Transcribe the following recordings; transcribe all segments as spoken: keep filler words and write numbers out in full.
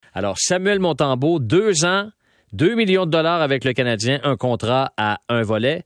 Alors, Samuel Montembeault, deux ans, deux millions de dollars avec le Canadien, un contrat à un volet.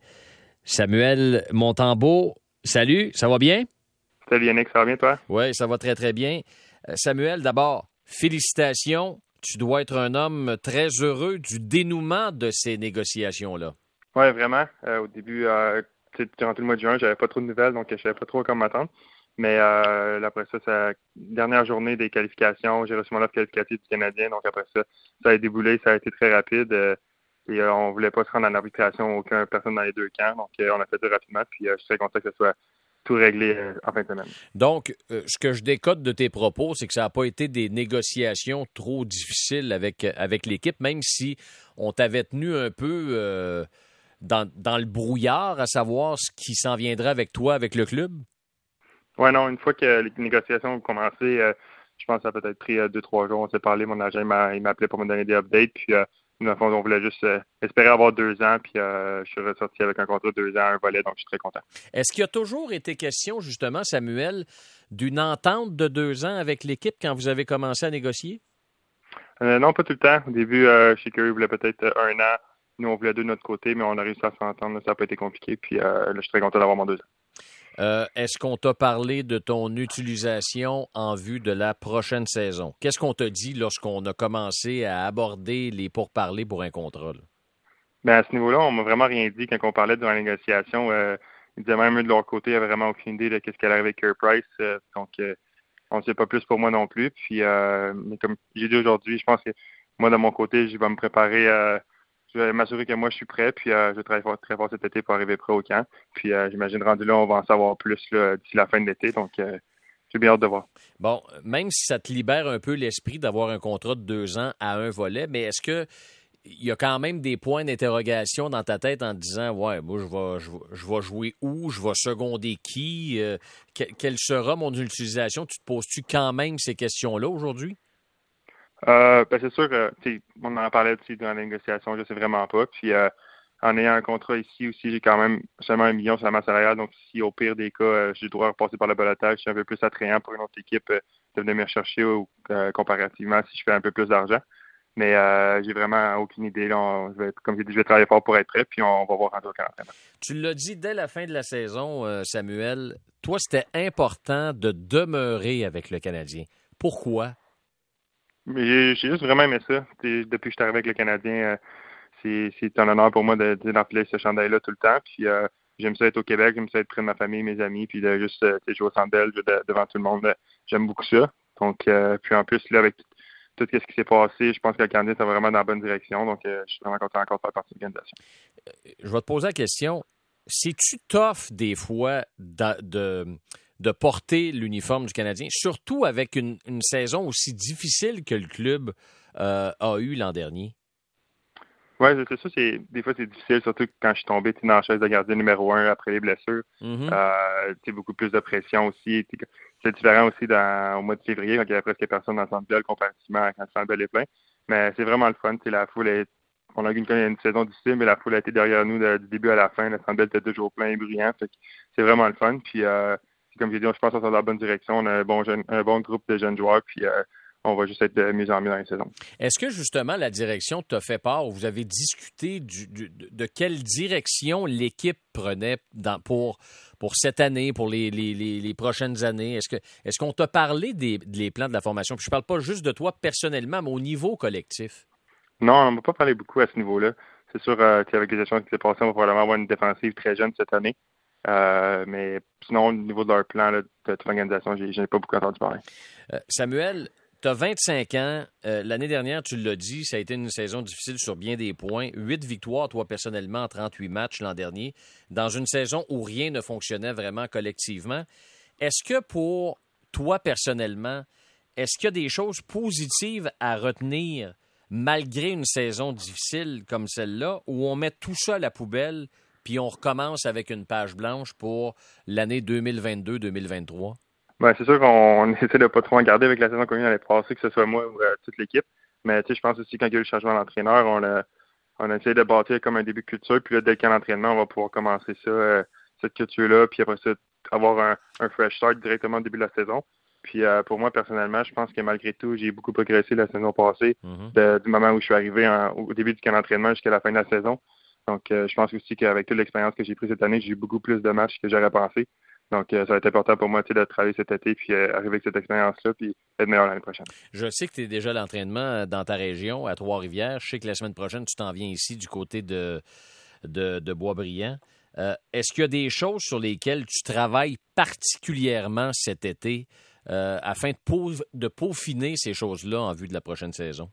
Samuel Montembeault, salut, ça va bien? Salut Yannick, ça va bien toi? Oui, ça va très, très bien. Euh, Samuel, d'abord, félicitations. Tu dois être un homme très heureux du dénouement de ces négociations-là. Oui, vraiment. Euh, au début, euh, durant tout le mois de juin, j'avais pas trop de nouvelles, donc je savais pas trop comment m'attendre. Mais euh, après ça, ça, dernière journée des qualifications, j'ai reçu mon offre qualificative du Canadien. Donc après ça, ça a déboulé, ça a été très rapide. Euh, et euh, on voulait pas se rendre en arbitration, aucune personne dans les deux camps. Donc euh, on a fait ça rapidement. Puis euh, je suis très content que ce soit tout réglé euh, en fin de semaine. Donc, euh, ce que je décode de tes propos, c'est que ça n'a pas été des négociations trop difficiles avec, avec l'équipe, même si on t'avait tenu un peu euh, dans, dans le brouillard à savoir ce qui s'en viendrait avec toi, avec le club. Oui, non, une fois que les négociations ont commencé, euh, je pense que ça a peut-être pris euh, deux, trois jours. On s'est parlé, mon agent il m'a, il m'a appelé pour me donner des updates. Puis, euh, nous, dans le fond, on voulait juste euh, espérer avoir deux ans. Puis, euh, je suis ressorti avec un contrat de deux ans, un volet, donc je suis très content. Est-ce qu'il y a toujours été question, justement, Samuel, d'une entente de deux ans avec l'équipe quand vous avez commencé à négocier? Euh, non, pas tout le temps. Au début, euh, je sais qu'eux voulaient peut-être un an. Nous, on voulait deux de notre côté, mais on a réussi à s'entendre. Ça n'a pas été compliqué. Puis, euh, là, je suis très content d'avoir mon deux ans. Euh, est-ce qu'on t'a parlé de ton utilisation en vue de la prochaine saison? Qu'est-ce qu'on t'a dit lorsqu'on a commencé à aborder les pourparlers pour un contrat? Là? Ben, à ce niveau-là, on m'a vraiment rien dit quand on parlait durant la négociation. Euh, ils disaient même eux de leur côté, ils n'avaient vraiment aucune idée de ce qu'elle allait avec Carey Price. Euh, donc, euh, on ne sait pas plus pour moi non plus. Puis, euh, mais comme j'ai dit aujourd'hui, je pense que moi, de mon côté, je vais me préparer. Euh, je vais m'assurer que moi, je suis prêt. Puis, euh, je vais travailler fort, très fort cet été pour arriver prêt au camp. Puis, euh, j'imagine, rendu là, on va en savoir plus là, d'ici la fin de l'été. Donc, euh, j'ai bien hâte de voir. Bon, même si ça te libère un peu l'esprit d'avoir un contrat de deux ans à un volet, mais est-ce que il y a quand même des points d'interrogation dans ta tête en te disant ouais, moi je vais je vais, je vais jouer où, je vais seconder qui, euh, que, quelle sera mon utilisation? Tu te poses-tu quand même ces questions-là aujourd'hui? Euh, ben c'est sûr que on en parlait aussi dans la négociation, je sais vraiment pas. Puis euh, en ayant un contrat ici aussi, j'ai quand même seulement un million sur la masse salariale. Donc si au pire des cas, euh, j'ai le droit de repasser par le balotage, c'est un peu plus attrayant pour une autre équipe euh, de venir me rechercher ou euh, comparativement si je fais un peu plus d'argent. Mais euh, j'ai vraiment aucune idée. Là, on, je vais, comme j'ai dit, je vais travailler fort pour être prêt, puis on va voir en tout cas. Tu l'as dit dès la fin de la saison, euh, Samuel, toi, c'était important de demeurer avec le Canadien. Pourquoi? Mais j'ai, j'ai juste vraiment aimé ça. T'sais, depuis que je suis arrivé avec le Canadien, euh, c'est, c'est un honneur pour moi de, de d'enfiler ce chandail-là tout le temps. Puis euh, j'aime ça être au Québec, j'aime ça être près de ma famille, mes amis, puis de juste euh, jouer au Centre Bell de, devant tout le monde. Euh, j'aime beaucoup ça. Donc, euh, puis en plus, là, avec tout, tout ce qui s'est passé, je pense que le Canadien est vraiment dans la bonne direction. Donc, euh, je suis vraiment content encore de faire partie de l'organisation. Je vais te poser la question. C'est-tu tough des fois de, de, de porter l'uniforme du Canadien, surtout avec une, une saison aussi difficile que le club euh, a eu l'an dernier? Oui, c'est ça. C'est, des fois, c'est difficile, surtout quand je suis tombé dans la chaise de gardien numéro un après les blessures. Mm-hmm. Euh, c'est beaucoup plus de pression aussi. C'est différent aussi dans, au mois de février, quand il y avait presque personne dans le Centre Bell comparativement à quand le Centre Bell est plein. Mais c'est vraiment le fun. La foule est, on a eu une, une saison difficile, mais la foule a été derrière nous de, du début à la fin. Le Centre Bell était toujours plein et bruyant. Fait que c'est vraiment le fun. Puis, euh, comme j'ai dit, je pense qu'on est dans la bonne direction. On a un bon, jeune, un bon groupe de jeunes joueurs. Puis, euh, on va juste être de mieux en mieux dans la saison. Est-ce que, justement, la direction t'a fait part, ou vous avez discuté du, du, de quelle direction l'équipe prenait dans, pour, pour cette année, pour les, les, les, les prochaines années? Est-ce que est-ce qu'on t'a parlé des, des plans de la formation? Puis je parle pas juste de toi personnellement, mais au niveau collectif. Non, on ne m'a pas parlé beaucoup à ce niveau-là. C'est sûr euh, qu'avec les échanges qui s'est passé, on va probablement avoir une défensive très jeune cette année. Euh, mais sinon, au niveau de leur plan là, de toute l'organisation, je n'ai pas beaucoup entendu parler. Euh, Samuel, tu as vingt-cinq ans. Euh, l'année dernière, tu l'as dit, ça a été une saison difficile sur bien des points. Huit victoires, toi, personnellement, en trente-huit matchs l'an dernier, dans une saison où rien ne fonctionnait vraiment collectivement. Est-ce que pour toi, personnellement, est-ce qu'il y a des choses positives à retenir malgré une saison difficile comme celle-là, où on met tout ça à la poubelle puis on recommence avec une page blanche pour l'année deux mille vingt-deux deux mille vingt-trois? Ben, c'est sûr qu'on essaie de pas trop en garder avec la saison qu'on vient d'année passée, que ce soit moi ou euh, toute l'équipe. Mais tu sais, je pense aussi quand il y a eu le changement d'entraîneur, on a, on a essayé de bâtir comme un début de culture. Puis là, dès qu'il y a l'entraînement, on va pouvoir commencer ça, euh, cette culture-là. Puis après ça, avoir un, un fresh start directement au début de la saison. Puis euh, pour moi, personnellement, je pense que malgré tout, j'ai beaucoup progressé la saison passée, Mm-hmm. de, du moment où je suis arrivé en, au début du camp d'entraînement jusqu'à la fin de la saison. Donc, euh, je pense aussi qu'avec toute l'expérience que j'ai prise cette année, j'ai eu beaucoup plus de matchs que j'aurais pensé. Donc, euh, ça va être important pour moi de travailler cet été, puis euh, arriver avec cette expérience-là, puis être meilleur l'année prochaine. Je sais que tu es déjà à l'entraînement dans ta région, à Trois-Rivières. Je sais que la semaine prochaine, tu t'en viens ici du côté de, de, de Boisbriand. Euh, est-ce qu'il y a des choses sur lesquelles tu travailles particulièrement cet été euh, afin de, pauv- de peaufiner ces choses-là en vue de la prochaine saison?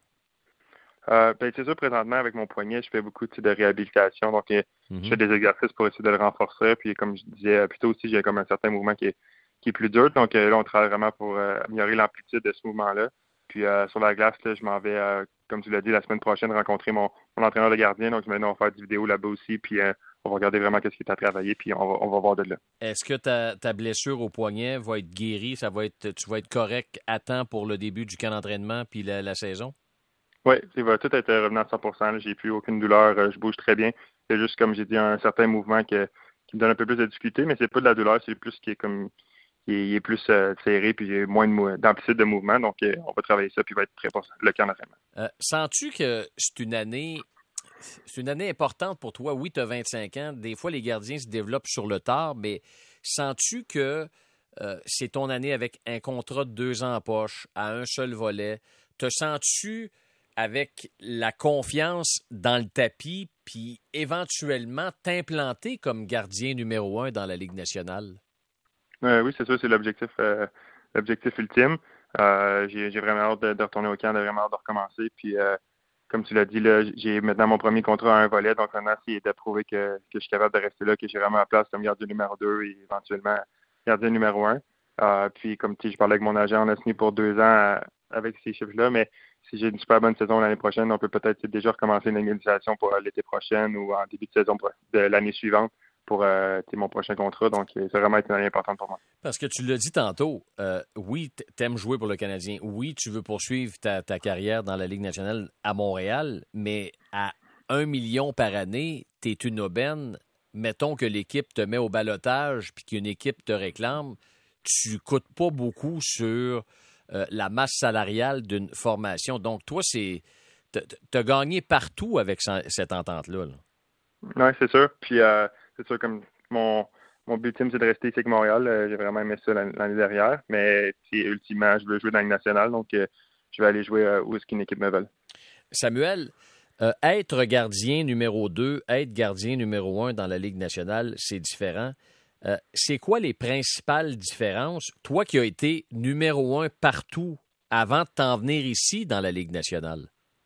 Euh, ben, c'est sûr, présentement, avec mon poignet, je fais beaucoup de réhabilitation. Donc, euh, mm-hmm. je fais des exercices pour essayer de le renforcer. Puis, comme je disais plus tôt aussi, j'ai comme un certain mouvement qui est, qui est plus dur. Donc, euh, là, on travaille vraiment pour euh, améliorer l'amplitude de ce mouvement-là. Puis, euh, sur la glace, là, je m'en vais, euh, comme tu l'as dit, la semaine prochaine, rencontrer mon, mon entraîneur de gardien. Donc, maintenant, on va faire des vidéos là-bas aussi. Puis, euh, on va regarder vraiment qu'est-ce qui est à travailler. Puis, on va, on va voir de là. Est-ce que ta, ta blessure au poignet va être guérie? Ça va être, tu vas être correct à temps pour le début du camp d'entraînement puis la, la saison? Oui, ça va tout être revenu à cent pour cent. Là. J'ai plus aucune douleur. Je bouge très bien. C'est juste, comme j'ai dit, un certain mouvement que, qui me donne un peu plus de difficulté, mais c'est pas de la douleur, c'est plus qui est comme qui est, il est plus euh, serré, puis il y a moins de, d'amplitude de mouvement. Donc, euh, on va travailler ça, puis il va être prêt pour le camp d'entraînement. Euh, sens-tu que c'est une année c'est une année importante pour toi? Oui, tu as vingt-cinq ans. Des fois, les gardiens se développent sur le tard, mais sens-tu que euh, c'est ton année avec un contrat de deux ans en poche, à un seul volet? Te sens-tu avec la confiance dans le tapis, puis éventuellement t'implanter comme gardien numéro un dans la Ligue nationale? Euh, oui, c'est sûr, c'est l'objectif euh, l'objectif ultime. Euh, j'ai, j'ai vraiment hâte de, de retourner au camp, de vraiment hâte de recommencer. Puis, euh, comme tu l'as dit, là, j'ai maintenant mon premier contrat à un volet, donc maintenant, c'est de prouver que, que je suis capable de rester là, que j'ai vraiment la place comme gardien numéro deux et éventuellement gardien numéro un. Euh, puis, comme tu sais, je parlais avec mon agent, on a signé pour deux ans à, avec ces chiffres-là, mais si j'ai une super bonne saison l'année prochaine, on peut peut-être déjà recommencer une négociation pour l'été prochain ou en début de saison de l'année suivante pour euh, mon prochain contrat. Donc, c'est vraiment une année importante pour moi. Parce que tu l'as dit tantôt, euh, oui, t'aimes jouer pour le Canadien. Oui, tu veux poursuivre ta, ta carrière dans la Ligue nationale à Montréal, mais à un million par année, t'es une aubaine. Mettons que l'équipe te met au ballottage puis qu'une équipe te réclame, tu coûtes pas beaucoup sur euh, la masse salariale d'une formation. Donc, toi, c'est t'as gagné partout avec cette entente-là. Là. Oui, c'est sûr. Puis, euh, c'est sûr, comme mon, mon but ultime, c'est de rester ici avec Montréal. Euh, j'ai vraiment aimé ça l'année dernière. Mais, ultimement, je veux jouer dans la Ligue nationale. Donc, euh, je vais aller jouer euh, où est-ce qu'une équipe me veut. Samuel, euh, être gardien numéro deux, être gardien numéro un dans la Ligue nationale, c'est différent. Euh, c'est quoi les principales différences? Toi qui as été numéro un partout avant de t'en venir ici dans la Ligue nationale.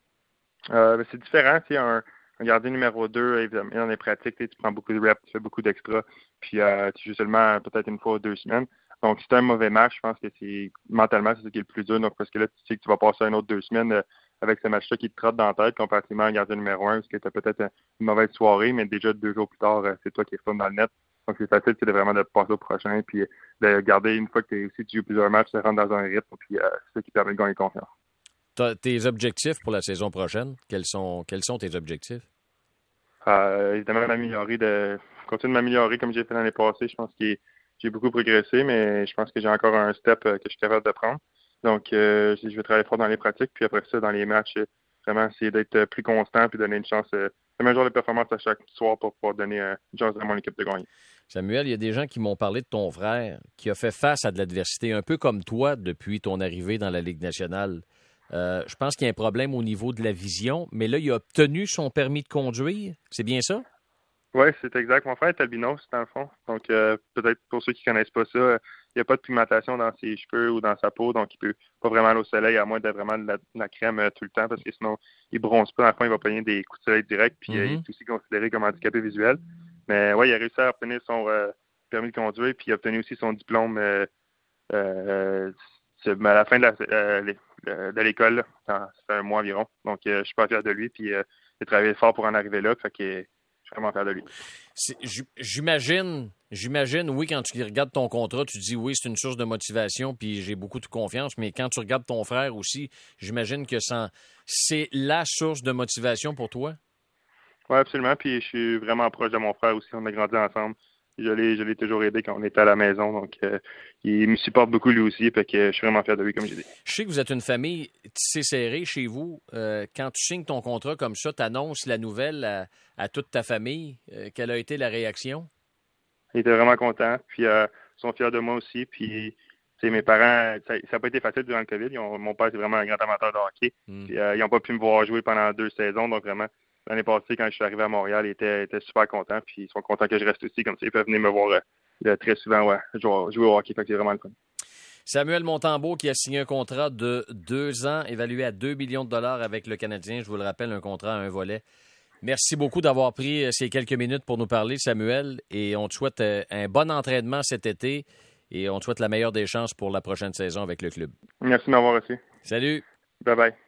Euh, ben, c'est différent. Tu sais, un, un gardien numéro deux, évidemment, dans les pratiques, tu prends beaucoup de reps, tu fais beaucoup d'extras, puis euh, tu joues seulement peut-être une fois ou deux semaines. Donc, si tu as un mauvais match, je pense que c'est mentalement, c'est ce qui est le plus dur. Donc, parce que là, tu sais que tu vas passer un autre deux semaines euh, avec ce match-là qui te trotte dans la tête, comparativement à un gardien numéro un, parce que tu as peut-être une mauvaise soirée, mais déjà deux jours plus tard, c'est toi qui es fun dans le net. Donc, c'est facile, c'est de vraiment de passer au prochain, puis de garder une fois que tu aussi tu joues plusieurs matchs, tu rentres dans un rythme, puis euh, c'est ça qui permet de gagner confiance. T'as tes objectifs pour la saison prochaine, quels sont, quels sont tes objectifs? Euh, évidemment, m'améliorer, de continuer de m'améliorer comme j'ai fait l'année passée. Je pense que j'ai beaucoup progressé, mais je pense que j'ai encore un step que je suis capable de prendre. Donc, euh, je vais travailler fort dans les pratiques, puis après ça, dans les matchs, vraiment essayer d'être plus constant puis donner une chance, euh, un genre de performance à chaque soir pour pouvoir donner euh, une chance à mon équipe de gagner. Samuel, il y a des gens qui m'ont parlé de ton frère qui a fait face à de l'adversité, un peu comme toi depuis ton arrivée dans la Ligue nationale. Euh, je pense qu'il y a un problème au niveau de la vision, mais là, il a obtenu son permis de conduire. C'est bien ça? Oui, c'est exact. Mon frère est albinos, dans le fond. Donc, euh, peut-être pour ceux qui ne connaissent pas ça, euh, il n'y a pas de pigmentation dans ses cheveux ou dans sa peau, donc il peut pas vraiment aller au soleil, à moins d'être vraiment de la, de la crème euh, tout le temps, parce que sinon, il bronze pas. Dans le fond, il va pogner des coups de soleil directs, puis mm-hmm. euh, il est aussi considéré comme handicapé visuel. Mais oui, il a réussi à obtenir son euh, permis de conduire, puis il a obtenu aussi son diplôme euh, euh, à la fin de, la, euh, de l'école, ça fait un mois environ. Donc, euh, je suis pas fier de lui, puis euh, il a travaillé fort pour en arriver là, fait que je suis vraiment fier de lui. C'est, j'imagine, j'imagine, oui, quand tu regardes ton contrat, tu dis oui, c'est une source de motivation, puis j'ai beaucoup de confiance, mais quand tu regardes ton frère aussi, j'imagine que ça, c'est la source de motivation pour toi? Oui, absolument, puis je suis vraiment proche de mon frère aussi, on a grandi ensemble. je l'ai, je l'ai toujours aidé quand on était à la maison. Donc, euh, il me supporte beaucoup lui aussi. Fait que je suis vraiment fier de lui, comme j'ai dit. Je sais que vous êtes une famille tissée serrée chez vous. Euh, quand tu signes ton contrat comme ça, tu annonces la nouvelle à, à toute ta famille. Euh, quelle a été la réaction? Il était vraiment content. Puis, euh, ils sont fiers de moi aussi. Puis, mes parents, ça n'a pas été facile durant le COVID. Ils ont, mon père, c'est vraiment un grand amateur de hockey. Mm. Puis, euh, ils n'ont pas pu me voir jouer pendant deux saisons. Donc, vraiment, l'année passée, quand je suis arrivé à Montréal, ils étaient, étaient super contents. Puis, ils sont contents que je reste aussi. Comme ça, ils peuvent venir me voir euh, très souvent ouais, jouer, jouer au hockey. Fait que c'est vraiment le fun. Samuel Montembeault qui a signé un contrat de deux ans, évalué à deux millions de dollars avec le Canadien. Je vous le rappelle, un contrat à un volet. Merci beaucoup d'avoir pris ces quelques minutes pour nous parler, Samuel. Et on te souhaite un bon entraînement cet été. Et on te souhaite la meilleure des chances pour la prochaine saison avec le club. Merci de m'avoir reçu. Salut. Bye bye.